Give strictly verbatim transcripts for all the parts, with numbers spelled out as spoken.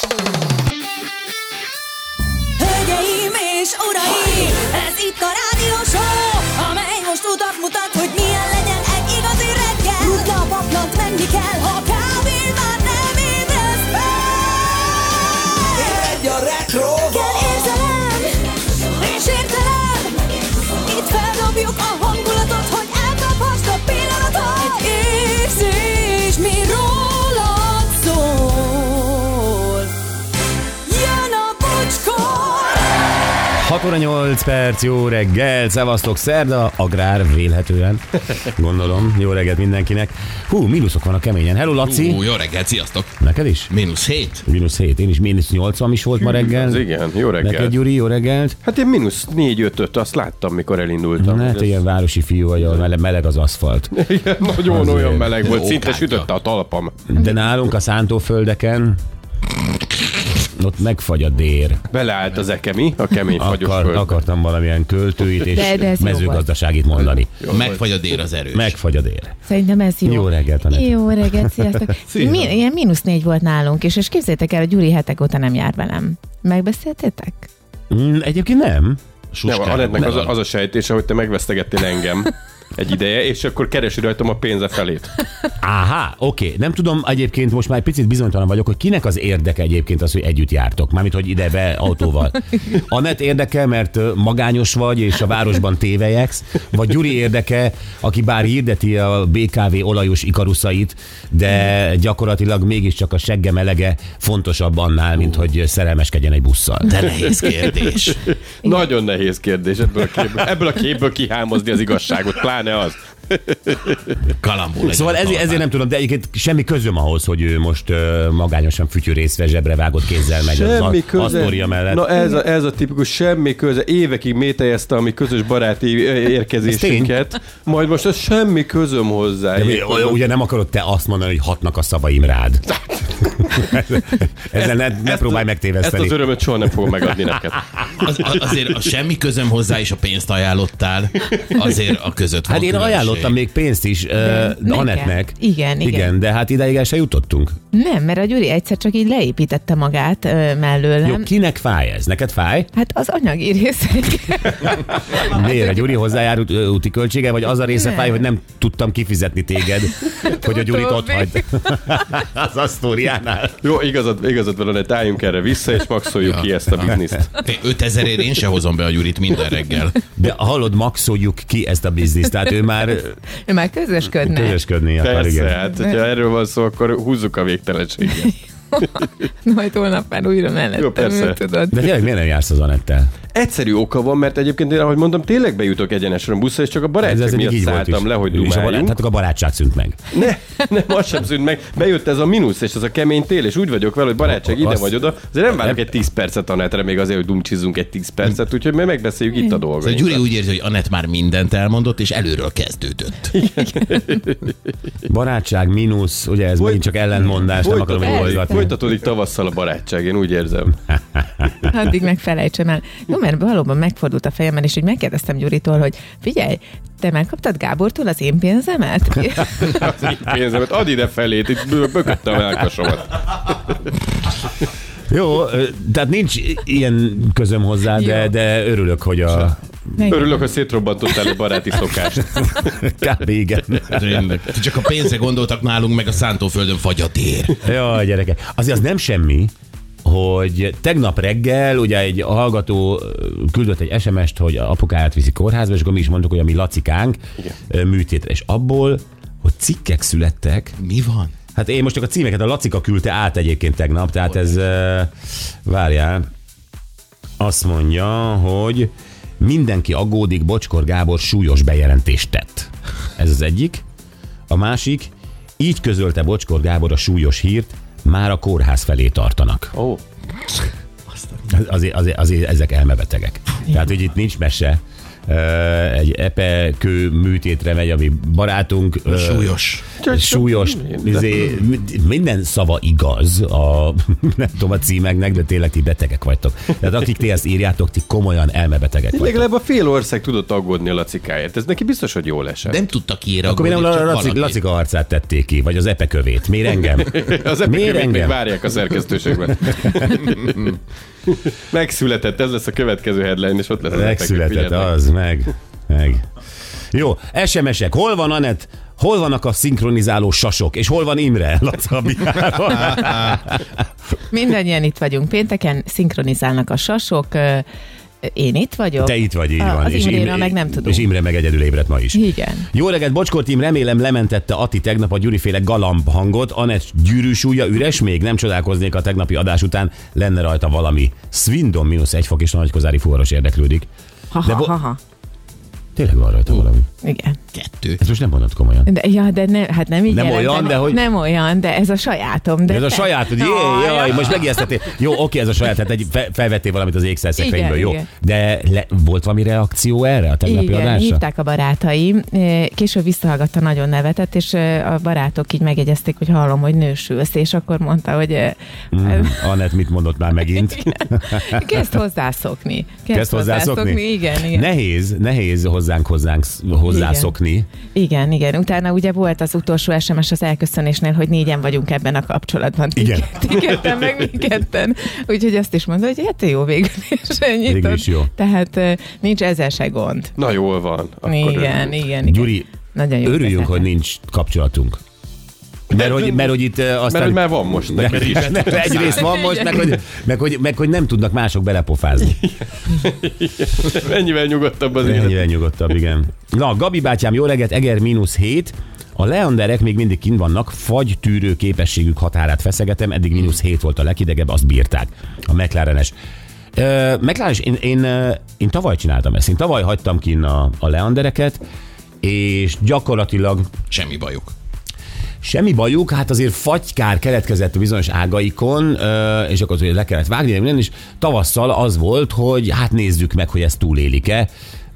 Hölgyeim és uraim, ez itt a rádió show, amely most utat mutat, hogy milyen legyen egy igazi reggel. Rutna a paplant, menni kell, ha kávén már nem ébresz fel. Egy a retro. Kell érzelem és értelem, itt feldobjuk a hangulatot, hogy elkaphast a pillanatot. Egy érzés, mi rólad szól. Jön a bocskor. hat óra nyolc perc, jó reggel, szevasztok, szerda, agrár vélhetően, gondolom, jó reggelt mindenkinek. Hú, mínuszok vannak keményen. Hello, Laci. Hú, jó reggelt, sziasztok. Neked is? Mínusz hét. Mínusz hét, én is mínusz nyolcvan is volt ma reggel. Az igen, jó reggelt. Neked, Gyuri, jó reggelt. Hát én mínusz négy öt öt, azt láttam, mikor elindultam. Hát ilyen városi fiú vagy, ahol meleg az aszfalt. Igen, nagyon Azért. olyan meleg volt, szinte Ókátja. sütötte a talpam. De nálunk a szántóföldeken ott megfagy a dér. Beleállt az ekemi, a kemény fagyos Akar, földbe. akartam valamilyen költőit és De- de ez jó mezőgazdaságit mondani. Megfagy a dél az erős. Megfagy a dér. Szerintem ez jó. Jó reggelt, Anett. Jó reggelt, sziasztok. Mi, ilyen mínusz négy volt nálunk is, és képzeljétek el, a Gyuri hetek óta nem jár velem. Megbeszéltétek? Mm, Egyébként nem. Nem, Suskál. Anettnek az, a- az a sejtése, hogy te megvesztegettél engem egy ideje, és akkor keresi rajtam a pénze felét. Áhá, oké. Nem tudom, egyébként most már egy picit bizonytalan vagyok, hogy kinek az érdeke egyébként az, hogy együtt jártok. Mármint, hogy ide be autóval. Anett érdeke, mert ö, magányos vagy, és a városban tévelyegsz, vagy Gyuri érdeke, aki bár hirdeti a bé ká vé olajos ikaruszait, de gyakorlatilag mégiscsak a segge melege fontosabb annál, mint hogy szerelmeskedjen egy busszal. De nehéz kérdés. Nagyon nehéz kérdés ebből a képből, ebből a képből kihámozni az igazságot, pláne az. Kalambul legyen Szóval a ezért, talpán. ezért nem tudom, de egyébként semmi közöm ahhoz, hogy ő most ö, magányosan fütyűrészve, zsebre vágott kézzel megy Semmi az Asztória mellett. Na ez a, ez a tipikus semmi köze. Évekig métejezte a mi közös baráti érkezésünket, majd most az semmi közöm hozzá. De mi- ugye nem akarod te azt mondani, hogy hatnak a szavaim rád. Ezzel ne, ne próbálj Ezt megtéveszteni. az örömöt soha nem fogom megadni neked. Az, az, azért a semmi közöm hozzá is a pénzt ajánlottál, azért a között van Hát én különbség. ajánlottam még pénzt is uh, nekem. Anettnek. Igen, igen. Igen, de hát ideig el se jutottunk. Nem, mert a Gyuri egyszer csak így leépítette magát ö, mellőlem. Jó, kinek fáj ez? Neked fáj? Hát az anyagi része. Miért? A Gyuri hozzájárult ö, úti költsége, vagy az a része Nem. fáj, hogy nem tudtam kifizetni téged, hogy a Gyurit ott Utóbbi. hagyd az Asztóriánál. Jó, igazad, igazad van, Anett, álljunk erre vissza, és maxoljuk Ja. ki ezt a bizniszt. ötezerért én se hozom be a Gyurit minden reggel. De hallod, maxoljuk ki ezt a bizniszt. Tehát ő már Ő már közösködne. közösködni akar, Persze, igen. hát hogyha erről van szó, akkor húzzuk a végtelenséget. Majd holnap már újra mellettem, Jó, persze. ő tudod. De tényleg miért nem jársz az Anettel? Egyszerű oka van, mert egyébként én, ahogy mondtam, tényleg bejutok egyenesen a buszra, és csak a barátság miatt szálltam le, hogy És a barát, dumáljunk. tehát a barátság szűnt meg. Ne, nem, az sem szűnt meg. Bejött ez a mínusz, és ez a kemény tél, és úgy vagyok vele, hogy barátság ide Azt- vagy oda. Azért nem várok egy tíz percet Anettre, még azért, hogy dumcsizzunk egy tíz percet, úgyhogy mi megbeszéljük itt a Szóval dolgot. Gyuri úgy érzi, hogy Anett már mindent elmondott, és előről kezdődött. Barátság, mínusz, ugye ez megint csak ellentmondás, nem akarom jól Folytatódik, hallgatni. folytatódik tavasszal a barátság, én úgy érzem. Addig meg felejtsem el. Jó, mert valóban megfordult a fejemen, és úgy megkérdeztem Gyuritól, hogy figyelj, te megkaptad Gábortól az én pénzemet? Az én pénzemet, add ide felét, itt bö- bököttem a melkasomat. Jó, ö, tehát nincs ilyen közöm hozzá, de, Jó. de örülök, hogy a Örülök, hogy szétrobbantottál egy baráti szokást. kb. Igen. Tényleg. Ti csak a pénzre gondoltak, nálunk meg a szántóföldön fagy a dér. Jaj, gyerekek. Azért az nem semmi, hogy tegnap reggel ugye egy hallgató küldött egy es em est, hogy apukáját viszi kórházba, és akkor mi is mondtuk, hogy a mi Lacikánk Igen. műtétre. És abból, hogy cikkek születtek, Mi van? hát én most csak a címeket, a Lacika küldte át egyébként tegnap, tehát ez, uh, várjál, azt mondja, hogy mindenki aggódik, Bocskor Gábor súlyos bejelentést tett. Ez az egyik. A másik, így közölte Bocskor Gábor a súlyos hírt, már a kórház felé tartanak. Ó, oh. Azért, azért, azért ezek elmebetegek. Tehát, hogy itt nincs mese. Egy epekő műtétre megy, ami barátunk. Súlyos. súlyos, izé, minden szava igaz a, nem tudom, a címeknek, de tényleg ti betegek vagytok. Tehát akik ti ezt írjátok, ti komolyan elmebetegek vagytok. Legalább a fél ország tudott aggódni a Lacikáért. Ez neki biztos, hogy jól esett. Nem tudtak írni. Akkor miért nem a Laci, Lacika arcát tették ki, vagy az epekövét? Miért engem? Az epekövét még várják a szerkesztőségben. Megszületett, ez lesz a következő headline, és ott lesz az Megszületett, az, meg, meg. Jó, es em esek. Hol van Anett? Hol vannak a szinkronizáló sasok? És hol van Imre? Lacabiáról. Mindannyian itt vagyunk. Pénteken szinkronizálnak a sasok. Én itt vagyok. Te itt vagy, így a, van. Az és Imréra meg nem tudom. És Imre meg egyedül ébredt ma is. Igen. Jó reggelt, Bocskor tím, remélem lementette Ati tegnap a Gyuriféle galamb hangot. Anett gyűrűsúlya üres még? Nem csodálkoznék a tegnapi adás után, lenne rajta valami. Swindon mínusz egy fok és a nagykozári fuvaros érdeklődik. Ha, ha, ha, ha. Tényleg van rajta valami. Igen. Kettő. Ezt most nem mondod komolyan. De, ja, de ne, hát nem így Nem jelentem. olyan, de hogy... Nem olyan, de ez a sajátom. De ez a te... sajátod, jé, jaj, most megijesztettél. Jó, oké, ez a saját, tehát egy fe, felvettél valamit az ékszerszekrényből, jó. Igen. De le, volt valami reakció erre a tegnapi Igen, adásra? hívták a barátaim, később visszahallgatta, nagyon nevetett, és a barátok így megjegyezték, hogy hallom, hogy nősülsz, és akkor mondta, hogy... Mm, Anett mit mondott már megint? Kezd hozzászokni. Kezd, Kezd hozzászokni? hozzászokni? Igen, igen. Nehéz, nehéz hozzánk, hozzánk hozzászokni. Igen, igen. Utána ugye volt az utolsó es em es az elköszönésnél, hogy négyen vagyunk ebben a kapcsolatban. Igen. Ti ketten, meg mi ketten. Úgyhogy azt is mondta, hogy hát jó, végül is ennyit. Végül is jó. Tehát nincs ezzel se gond. Na jól van. Akkor Igen, igen, igen. Gyuri, nagyon jó örüljünk, kezeltem. hogy nincs kapcsolatunk. Mert hogy, mert, hogy itt aztán... Mert hogy már van most. Ne, ne, egyrészt van most, meg hogy, meg, hogy, meg hogy nem tudnak mások belepofázni. Mennyivel nyugodtabb az élet. Mennyivel nyugodtabb, igen. Na, Gabi bátyám, jó reggelt, Eger mínusz hét. A leanderek még mindig kint vannak, fagytűrő képességük határát feszegetem, eddig mínusz hét volt a legidegebb, azt bírták. A McLarenes. Uh, McLarenes, én, én, uh, én tavaly csináltam ezt. Én tavaly hagytam kint a, a leandereket, és gyakorlatilag... Semmi bajuk. Semmi bajuk, hát azért fagykár keletkezett a bizonyos ágaikon, és akkor le kellett vágni, de minden is. Tavasszal az volt, hogy hát nézzük meg, hogy ezt túlélik-e,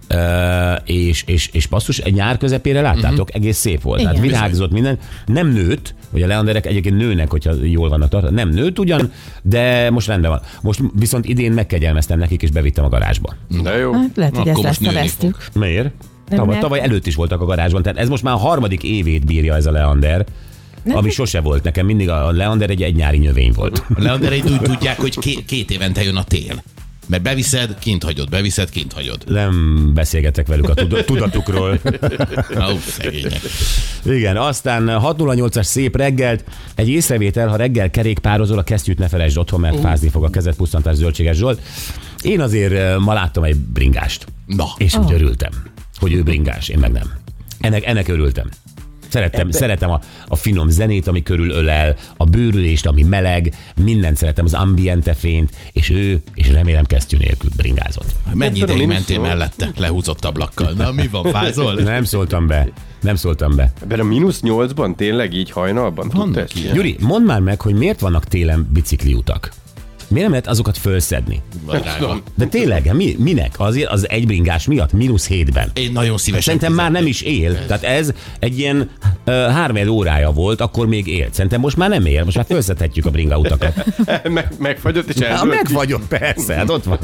és, és, és basszus, egy nyár közepére láttátok, uh-huh. egész szép volt. Igen. Tehát virágzott minden. Nem nőtt, hogy a leanderek egyébként nőnek, hogyha jól vannak tartva. Nem nőtt ugyan, de most rendben van. Most viszont idén megkegyelmeztem nekik, és bevittem a garázsba. De jó. Hát lehet, hogy Akkor ezt most lesz nőni vesztük. Miért? Nem, Tavaly, mert- tavaly előtt is voltak a garázsban, tehát ez most már a harmadik évét bírja ez a leander, Nem. ami sose volt nekem. Mindig a leander egy, egy nyári növény volt. A leandereid úgy tudják, hogy két, két évente jön a tél. Mert beviszed, kint hagyod, beviszed, kint hagyod. Nem beszélgetek velük a tud- tudatukról. Ó, szegények. Igen, aztán hat nulla nyolcas szép reggelt. Egy észrevétel, ha reggel kerékpározol, a kesztyűt ne felejtsd otthon, mert fázni fog a kezed, pusztantás Zöldséges Zsolt. Én azért eh, ma láttam egy bringást. Na. És úgy örültem, hogy ő bringás, én meg nem. Ennek, ennek örültem. Szeretem, szeretem a, a finom zenét, ami körül ölel, a bőrülést, ami meleg, mindent szeretem, az ambiente fényt, és ő, és remélem kesztyű nélkül bringázott. Mennyi Ebben a ideig mínusz mentél szó. mellette? Lehúzott ablakkal. Na, mi van, fázol? Nem szóltam be. Nem szóltam be. Ebben a mínusz nyolcban tényleg így hajnalban? Vannak Tudtál ilyen. Gyuri, mondd már meg, hogy miért vannak télen bicikliutak? Miért nem lehet azokat fölszedni? Drága. De tényleg, mi, minek? Azért az egy bringás miatt, mínusz hétben. Én nagyon szívesen Szerintem már nem fizetnék. is él. Tehát ez egy ilyen uh, három órája volt, akkor még élt. Szerintem most már nem él, most már felszedhetjük a bringautakat. Meg, megfagyott és Ha eldőlt. megvagyom, persze, hát ott van.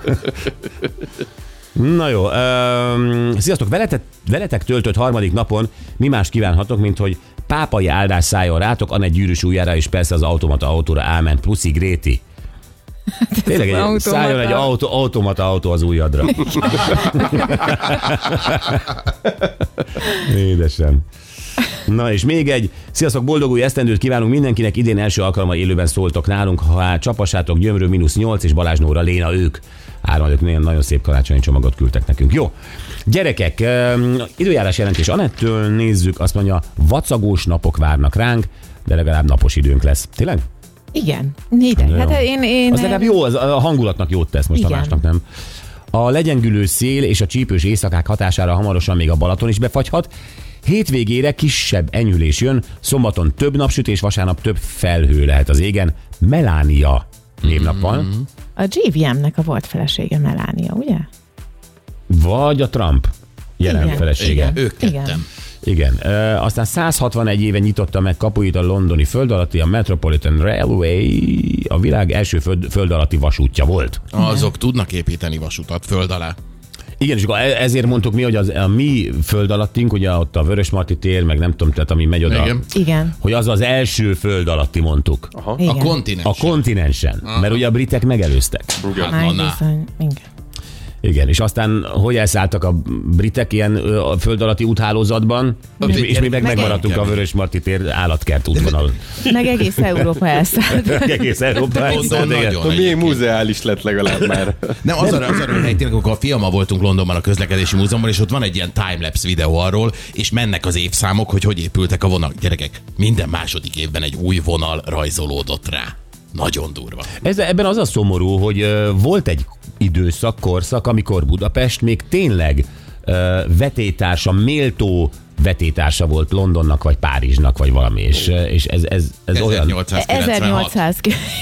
Na jó, um, sziasztok, veletek, veletek töltött harmadik napon mi más kívánhatok, mint hogy pápai áldás szálljon rátok, Anett gyűrűs ujjára, és persze az automata autóra elment Pluszi Gréti. Tényleg egy, automata. szálljon egy autó, automata autó az ujjadra. Édesem. Na és még egy, sziasztok, boldog új esztendőt kívánunk mindenkinek, idén első alkalommal élőben szóltok nálunk, ha hát csapassátok, Gyömrő mínusz nyolc és Balázs Nóra Léna ők. Hárman nagyon, nagyon szép karácsonyi csomagot küldtek nekünk. Jó, gyerekek, um, időjárás jelentés Anettől nézzük, azt mondja, vacagós napok várnak ránk, de legalább napos időnk lesz. Tényleg? Igen, ide. De Hát jó. én, én Az legalább jó, az a hangulatnak jót tesz, most Igen. a másnak nem. A legyengülő szél és a csípős éjszakák hatására hamarosan még a Balaton is befagyhat. Hétvégére kisebb enyhülés jön, szombaton több napsütés, vasárnap több felhő lehet az égen. Melania névnappal. A gé vé em-nek a volt felesége Melania, ugye? Vagy a Trump jelen Igen. felesége. Igen, ők Igen. ketten. Igen. E, aztán száz hatvanegy éve nyitotta meg kapuit a londoni föld alatti, a Metropolitan Railway a világ első föld, föld alatti vasútja volt. Azok tudnak építeni vasutat föld alá. Igen, és akkor ezért mondtuk mi, hogy az, a mi föld alattink, ugye ott a Vörösmarty tér, meg nem tudom, tehát ami megy oda, Igen. Igen. hogy az az első föld alatti mondtuk. Aha. Igen. A kontinens. A kontinensen, mert ugye a britek megelőztek. Hát, Már na, na. bizony. Igen. Igen, és aztán hogy elszálltak a britek ilyen ö, a föld alatti úthálózatban, és, és mi meg meg- megmaradtunk a Vörösmarty tér állatkert útvonal. Meg egész Európa elszállt. Egész Európa. London elszállt, igen. nagyon. Milyen egyébként. muzeális lett legalább már. Nem, az arra, az arra, hogy tényleg, amikor a fiammal voltunk Londonban a közlekedési múzeumban, és ott van egy ilyen timelapse videó arról, és mennek az évszámok, hogy hogy épültek a vonalak. Gyerekek, minden második évben egy új vonal rajzolódott rá. Nagyon durva. Ez, ebben az a szomorú, hogy ö, volt egy időszak, korszak, amikor Budapest még tényleg ö, vetétársa, méltó vetétársa volt Londonnak, vagy Párizsnak, vagy valami, és, ö, és ez, ez, ez olyan... ezernyolcszázkilencvenhat. ezernyolcszáz.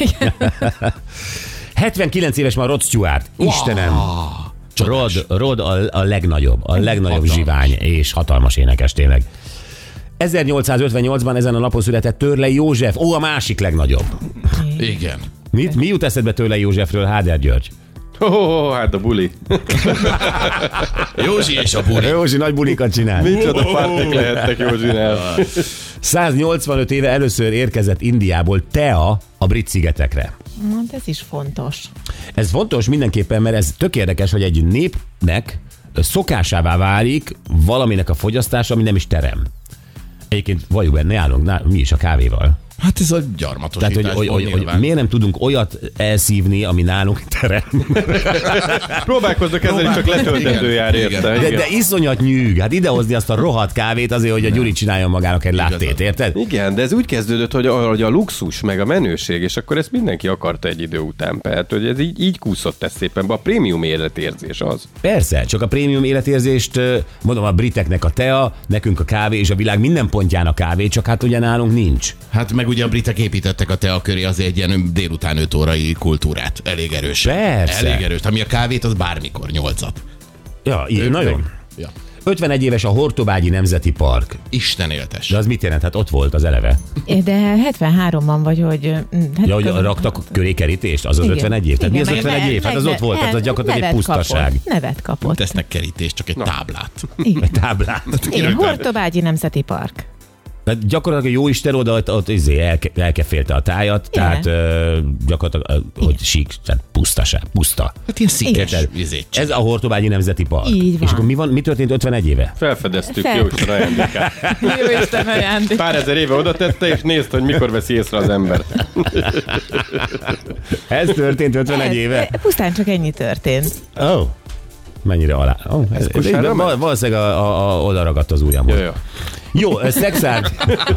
hetvenkilenc éves már Rod Stewart. Istenem! Csodás. Rod, Rod a, a legnagyobb, a legnagyobb Hatalmas. zsivány, és hatalmas énekes tényleg. ezernyolcszázötvennyolcban ezen a napon született Törlei József, ó, a másik legnagyobb. Igen. Mit? Mi jut eszedbe Törlei Józsefről, Háder György? Oh, oh, oh, hát a buli. Józsi és a buli. Józsi nagy bulikat csinál. Micsoda pártik lehettek Józsinál. száznyolcvanöt éve először érkezett Indiából tea a Brit-szigetekre. Hát ez is fontos. Ez fontos mindenképpen, mert ez tök érdekes, hogy egy népnek szokásává válik valaminek a fogyasztása, ami nem is terem. Egyébként valljuk benne, állunk ná- mi is a kávéval. Hát ez a Tehát, hogy, gyarmatosítás. hogy, hogy, hogy miért nem tudunk olyat elszívni, ami nálunk terem. Próbálkoznak ezzel, is csak letöltető Igen. jár Igen. érte. De, Igen. de iszonyat nyűg. Hát idehozni azt a rohadt kávét azért, hogy a Gyuri csináljon magának egy láttét, érted? Igen, de ez úgy kezdődött, hogy a, hogy a luxus, meg a menőség, és akkor ezt mindenki akarta egy idő után. Tehát, hogy ez így, így kúszott ez szépen be. A prémium életérzés az. Persze, csak a prémium életérzést, mondom, a briteknek a tea, nekünk a kávé, és a világ minden pontján a kávé, csak hát ugye nálunk nincs. Hát meg ugye a britek építettek a tea köré azért egy ilyen délután öt órai kultúrát. Elég erős. Persze. Elég erős. Ami a kávét, az bármikor nyolcat. Ja, így, nagyon. Ja. ötvenegy éves a Hortobágyi Nemzeti Park. Isten éltes. De az mit jelent? Hát ott volt az eleve. De hetvenháromban vagy, hogy... Hát Ja, hogy raktak köré kerítést, az az igen. ötvenegy év. Tehát mi az Igen, ötvenegy meg- év? Hát az meg- ott volt, tehát az meg- gyakorlatilag egy nevet pusztaság. kapott, Nevet kapott. Tesznek kerítést, csak egy táblát. Egy táblát. Igen, Hortobágyi Nemzeti Park. Tehát gyakorlatilag a jóisten oda ott, ott izé elke, elkefélte a tájat, Igen. tehát ö, gyakorlatilag, ö, hogy sík, tehát pusztaság, puszta. Hát ilyen szikes Érted? vizét. Ez a Hortobágyi Nemzeti Park. Így van. És akkor mi, van, mi történt ötvenegy éve? Felfedeztük Fel- jó Isten ajándékát. Jó Isten ajándék. Pár ezer éve oda tette, és nézte, hogy mikor veszi észre az ember. Ez történt ötvenegy éve? Pusztán csak ennyi történt. Ó, oh. Mennyire alá. Oh, ez, ez, kosárra ez, megy? valószínűleg a, a, a, oda ragadt az ujjamhoz. Jó, jó. Jó, ö, Szexárd.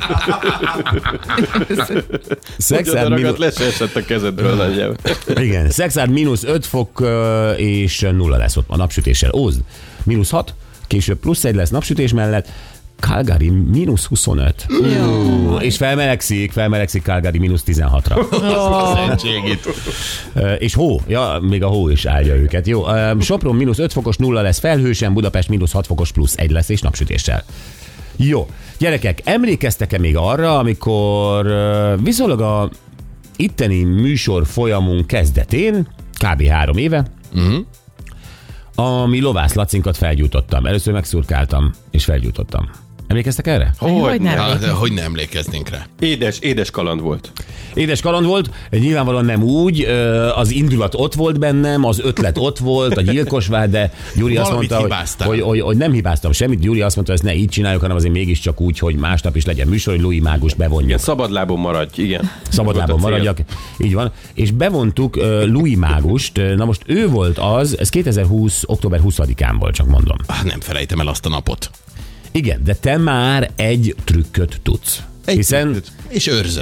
Hogy Szexárd oda mínusz, ragadt, le se esett a kezedből nagyjából. igen, Szexárd mínusz öt fok ö, és nulla lesz ott a napsütéssel. Ózd mínusz hat, később plusz egy lesz napsütés mellett. Calgary mínusz huszonöt. Ú, és felmelegszik, felmelegszik Calgary mínusz tizenhatra. Szentségit. Ö, és hó, ja, még a hó is állja őket. Jó, ö, Sopron mínusz öt fokos, nulla lesz felhősen, Budapest mínusz hat fokos, plusz egy lesz és napsütéssel. Jó, gyerekek, emlékeztek-e még arra, amikor ö, viszonylag a itteni műsor folyamunk kezdetén, kb. három éve, uh-huh. ami Lovász Lacinkat felgyújtottam. Először megszurkáltam, és felgyújtottam. Emlékeztek erre? Hogy nem? Hát, de hogy nem emlékeznénk rá? Édes, édes kaland volt. Édes kaland volt, nyilvánvalóan nem úgy, ö, az indulat ott volt bennem, az ötlet ott volt, a gyilkos vád, de Gyuri azt Valamit mondta, hogy, hibáztál. hogy, hogy, hogy nem hibáztam semmit, Gyuri azt mondta, hogy ezt ne így csináljuk, hanem azért mégiscsak úgy, hogy másnap is legyen műsor, hogy Louis Mágust bevonjuk. Igen, szabadlábon maradj, igen. Szabadlábon Volt a cél. maradjak, így van. És bevontuk uh, Louis Mágust, na most ő volt az, ez kétezer-húsz. október huszadikán volt, csak mondom. Ah, nem felejtem el azt a napot. Igen, de te már egy trükköt tudsz. Egy Hiszen trükköt. És őrzöm.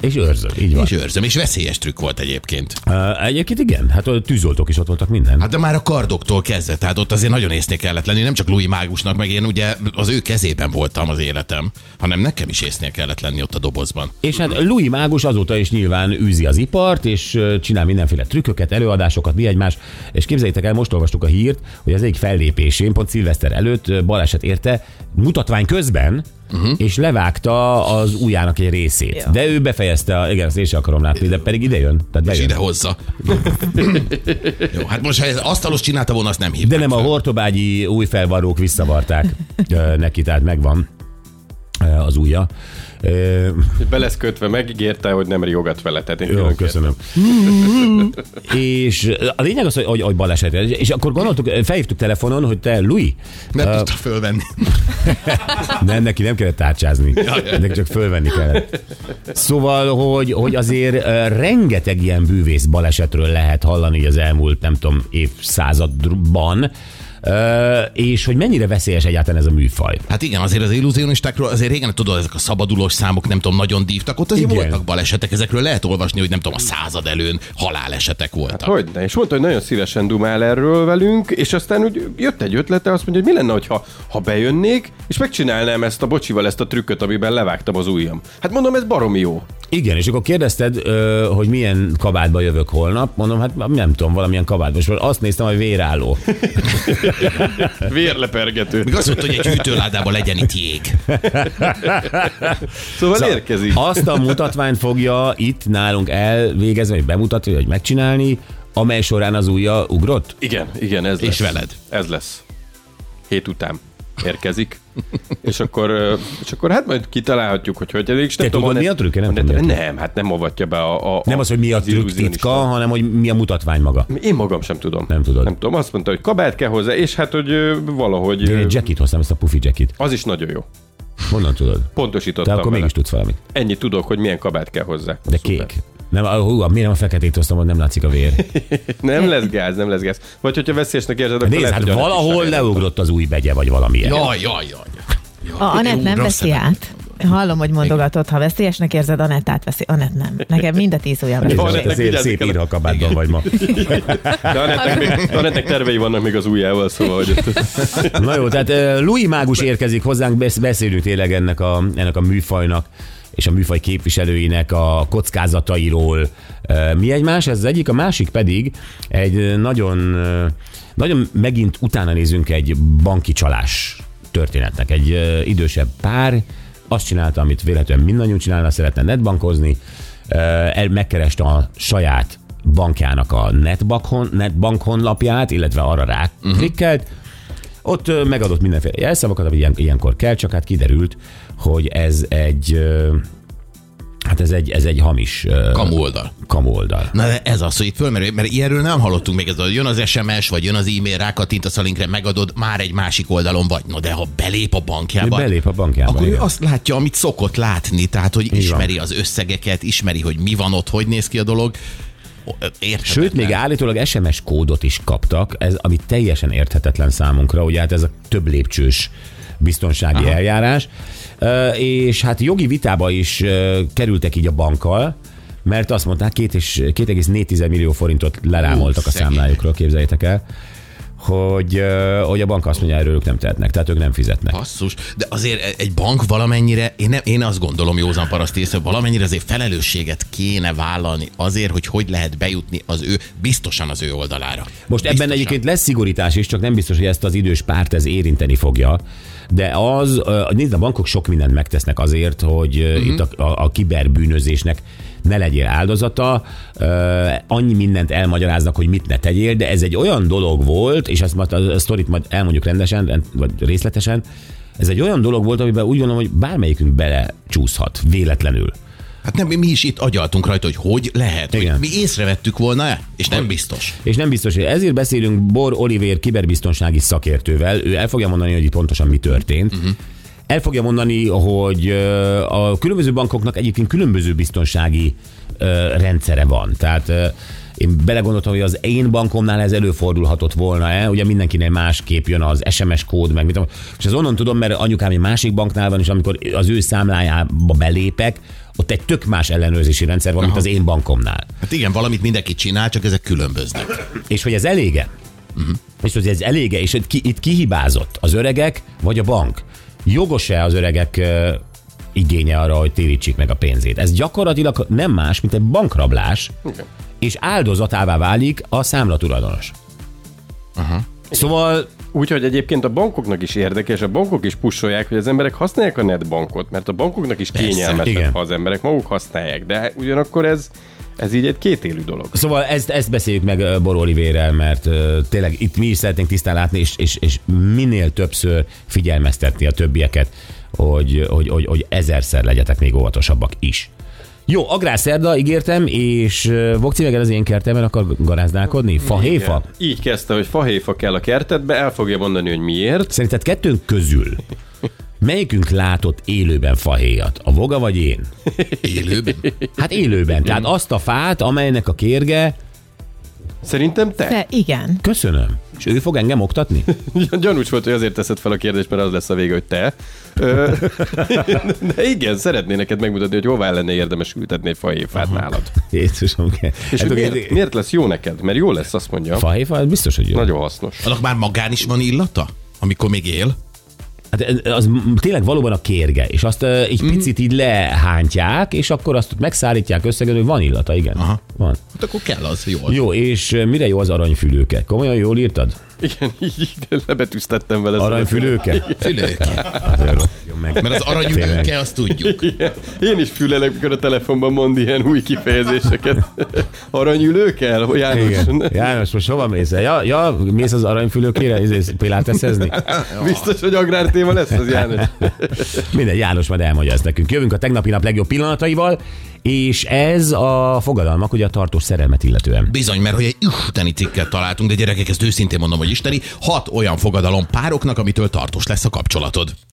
És őrzöm, így van. És őrzöm, és veszélyes trükk volt egyébként. Uh, egyébként igen, hát a tűzoltók is ott voltak minden. Hát de már a kardoktól kezdve, tehát ott azért nagyon észnél kellett lenni, nem csak Louis mágusnak, meg én ugye az ő kezében voltam az életem, hanem nekem is észnél kellett lenni ott a dobozban. És hát Louis mágus azóta is nyilván űzi az ipart, és csinál mindenféle trükköket, előadásokat, mi egymás. És képzeljétek el, most olvastuk a hírt, hogy az egyik fellépésén, pont szilveszter előtt baleset érte, mutatvány közben, uh-huh. és levágta az ujjának egy részét. Ja. De ő befejezte, a, igen, azt én sem akarom látni, de pedig ide jön. Tehát és ide hozza. Jó, hát most ha ez asztalos csinálta volna, azt nem hívták. De nem, a hortobágyi újfelvarrók visszavarták neki, tehát megvan az ujja. Be lesz kötve, megígérte, hogy nem riogat vele. Tehát én Jó, köszönöm. És a lényeg az, hogy, hogy baleset. És akkor gondoltuk, felhívtuk telefonon, hogy te, Louis. Nem uh, tudta fölvenni. Nem, neki nem kellett tárcsázni. Neki csak fölvenni kellett. Szóval, hogy, hogy azért rengeteg ilyen bűvész balesetről lehet hallani az elmúlt, nem tudom, évszázadban. Uh, és hogy mennyire veszélyes egyáltalán ez a műfaj. Hát igen, azért az illúzionistákról, azért régen tudod, ezek a szabadulós számok, nem tudom, nagyon dívtak, ott azért igen. voltak balesetek, ezekről lehet olvasni, hogy nem tudom, a század előn halálesetek voltak. Hát hogyne, és mondta, hogy nagyon szívesen dumál erről velünk, és aztán úgy jött egy ötlete, azt mondja, hogy mi lenne, hogyha, ha bejönnék, és megcsinálnám ezt a bocsival, ezt a trükköt, amiben levágtam az ujjam. Hát mondom, ez baromi jó. Igen, és akkor kérdezted, hogy milyen kabátba jövök holnap, mondom, hát nem tudom, valamilyen kabátba. És azt néztem, hogy vérálló. Vérlepergető. Még azt mondta, hogy egy hűtőládában legyen itt jég. Szóval, szóval érkezik. Azt a mutatványt fogja itt nálunk elvégezni, vagy bemutatni, vagy megcsinálni, amely során az ujja ugrott? Igen, igen, ez lesz. És veled. Ez lesz. Hét után érkezik. és akkor, és akkor hát majd kitalálhatjuk, hogy hogy eddig. Te tudod, mi a trükk? Nem, nem, nem, hát nem avatja be a, a Nem az, hogy mi a trükk titka, hanem hogy mi a mutatvány maga. Én magam sem tudom. Nem tudod. Nem tudom. Azt mondta, hogy kabát kell hozzá, és hát, hogy valahogy... Én egy jacket hoztam, ezt a puffy jacket. Az is nagyon jó. Honnan tudod? Pontosítottam. De akkor vele. Mégis tudsz valamit. Ennyit tudok, hogy milyen kabát kell hozzá. De Szuper. kék. Nem, hú, miért nem a feketét hoztam, hogy nem látszik a vér? nem lesz gáz, nem lesz gáz. Vagy hogyha veszélyesnek érzed, akkor nézd, lehet, hát hogy valahol leugrott az új begye, vagy valamilyen. Jaj, jaj, jaj. A Anett nem veszi át. Hallom, hogy mondogatod, ha veszélyesnek érzed, Anett átveszi. Anett nem. Nekem mind a tíz ujjam veszi. Szép, szép írha kabátban vagy ma. De Anettnek tervei vannak még az ujjával, szóval... Hogy... Na jó, tehát Louis mágus érkezik hozzánk, beszélünk tényleg ennek a, ennek a műfajnak és a műfaj képviselőinek a kockázatairól. Mi egymás? Ez az egyik, a másik pedig egy nagyon, nagyon megint utána nézünk egy banki csalás történetnek. Egy idősebb pár azt csinálta, amit véletlenül mindannyian csinálna, szeretne netbankozni, megkereste a saját bankjának a netbank, netbank honlapját, illetve arra rá klikkelt, uh-huh. Ott megadott mindenféle jelszavakat, ami ilyen, ilyenkor kell, csak hát kiderült, hogy ez egy hát ez egy, ez egy hamis kamu oldal. Kamu oldal. Na de ez az, hogy itt fölmerül, mert ilyenről nem hallottunk még, ez a, jön az es em es, vagy jön az e-mail, rákattintasz a linkre, megadod, már egy másik oldalon vagy. No de ha belép a bankjába, belép a bankjába, akkor igen. ő azt látja, amit szokott látni, tehát hogy így ismeri van. Az összegeket, ismeri, hogy mi van ott, hogy néz ki a dolog. Sőt, még állítólag es em es kódot is kaptak, ez, ami teljesen érthetetlen számunkra, ugye hát ez a több lépcsős biztonsági Aha. eljárás, és hát jogi vitába is kerültek így a bankkal, mert azt mondták, két egész négy millió forintot lerámoltak Ú, a számlájukról, képzeljétek el, hogy, hogy a bank azt mondja, erről ők nem tehetnek, tehát ők nem fizetnek. Basszus, de azért egy bank valamennyire, én, nem, én azt gondolom józan paraszt észre, valamennyire azért felelősséget kéne vállalni azért, hogy hogy lehet bejutni az ő, biztosan az ő oldalára. Most biztosan. Ebben egyébként lesz szigorítás is, csak nem biztos, hogy ezt az idős párt ez érinteni fogja. De az, nézd, a bankok sok mindent megtesznek azért, hogy uh-huh. itt a, a, a kiberbűnözésnek ne legyél áldozata, annyi mindent elmagyaráznak, hogy mit ne tegyél, de ez egy olyan dolog volt, és ezt a, a sztorit majd elmondjuk rendesen, vagy részletesen, ez egy olyan dolog volt, amiben úgy gondolom, hogy bármelyikünk belecsúszhat, véletlenül. Hát nem, mi is itt agyaltunk rajta, hogy hogy lehet, igen. Hogy mi észrevettük volna, és nem biztos. És nem biztos, hogy ezért beszélünk Bor Olivér kiberbiztonsági szakértővel, ő el fogja mondani, hogy itt pontosan mi történt. Uh-huh. El fogja mondani, hogy a különböző bankoknak egyébként különböző biztonsági rendszere van. Tehát én belegondoltam, hogy az én bankomnál ez előfordulhatott volna-e, ugye mindenkinél másképp jön az es em es kód, meg mit, és ez onnan tudom, mert anyukám egy másik banknál van, és amikor az ő számlájába belépek, ott egy tök más ellenőrzési rendszer van, mint az én bankomnál. Hát igen, valamit mindenki csinál, csak ezek különböznek. És hogy ez elége? Uh-huh. És hogy ez elége, és itt, ki, itt kihibázott az öregek, vagy a bank? Jogos-e az öregek uh, igénye arra, hogy térítsék meg a pénzét? Ez gyakorlatilag nem más, mint egy bankrablás, okay. És áldozatává válik a számlatulajdonos. Uh-huh. Szóval... Úgyhogy egyébként a bankoknak is érdekes, a bankok is pusolják, hogy az emberek használják a netbankot, mert a bankoknak is kényelmetlen, ha az emberek maguk használják, de ugyanakkor ez, ez így egy kétélű dolog. Szóval ezt, ezt beszéljük meg Bor Olivérrel, mert uh, tényleg itt mi is szeretnénk tisztán látni, és, és, és minél többször figyelmeztetni a többieket, hogy, hogy, hogy, hogy ezerszer legyetek még óvatosabbak is. Jó, agrárszerda, ígértem, és Vokci meg az én kertemben akar garázdálkodni? Fahéfa? Így kezdte, hogy fahéfa kell a kertedbe, el fogja mondani, hogy miért. Szerinted kettőnk közül melyikünk látott élőben fahéjat? A Voga vagy én? Élőben? Hát élőben. Tehát azt a fát, amelynek a kérge... Szerintem te. Te, igen. Köszönöm. És ő fog engem oktatni? Gyanús volt, hogy azért teszed fel a kérdést, mert az lesz a vége, hogy te. De igen, szeretné neked megmutatni, hogy hová lenne érdemes ültetni egy fahéfát nálad. Jézusom. És hát, miért, miért lesz jó neked? Mert jó lesz, azt mondja. Fahéfa? Biztos, hogy jó. Nagyon hasznos. Annak már magán is van illata? Amikor még él? Hát az tényleg valóban a kérge, és azt uh, így mm. picit így lehántják, és akkor azt megszállítják összegen, hogy van illata, igen. Aha. Van. Hát akkor kell az, jó. Jó, és mire jó az aranyfülőke? Komolyan jól írtad? Igen, így lebetűztettem vele. Aranyfülőke? Fülőke. Mert az aranyfülőke, azt tudjuk. Igen. Én is fülelek, mikor a telefonban mond ilyen új kifejezéseket. Aranyülőke? János. Igen. János, most hova mész el? Ja, ja, mész az aranyfülőkére piláteszezni? Biztos, hogy agrártéma lesz az, János. Minden, János majd elmondja ezt nekünk. Jövünk a tegnapi nap legjobb pillanataival, és ez a fogadalmak, ugye a tartós szerelmet illetően. Bizony, mert hogy egy isteni cikket találtunk, de gyerekek, ezt őszintén mondom, hogy isteni, hat olyan fogadalom pároknak, amitől tartós lesz a kapcsolatod.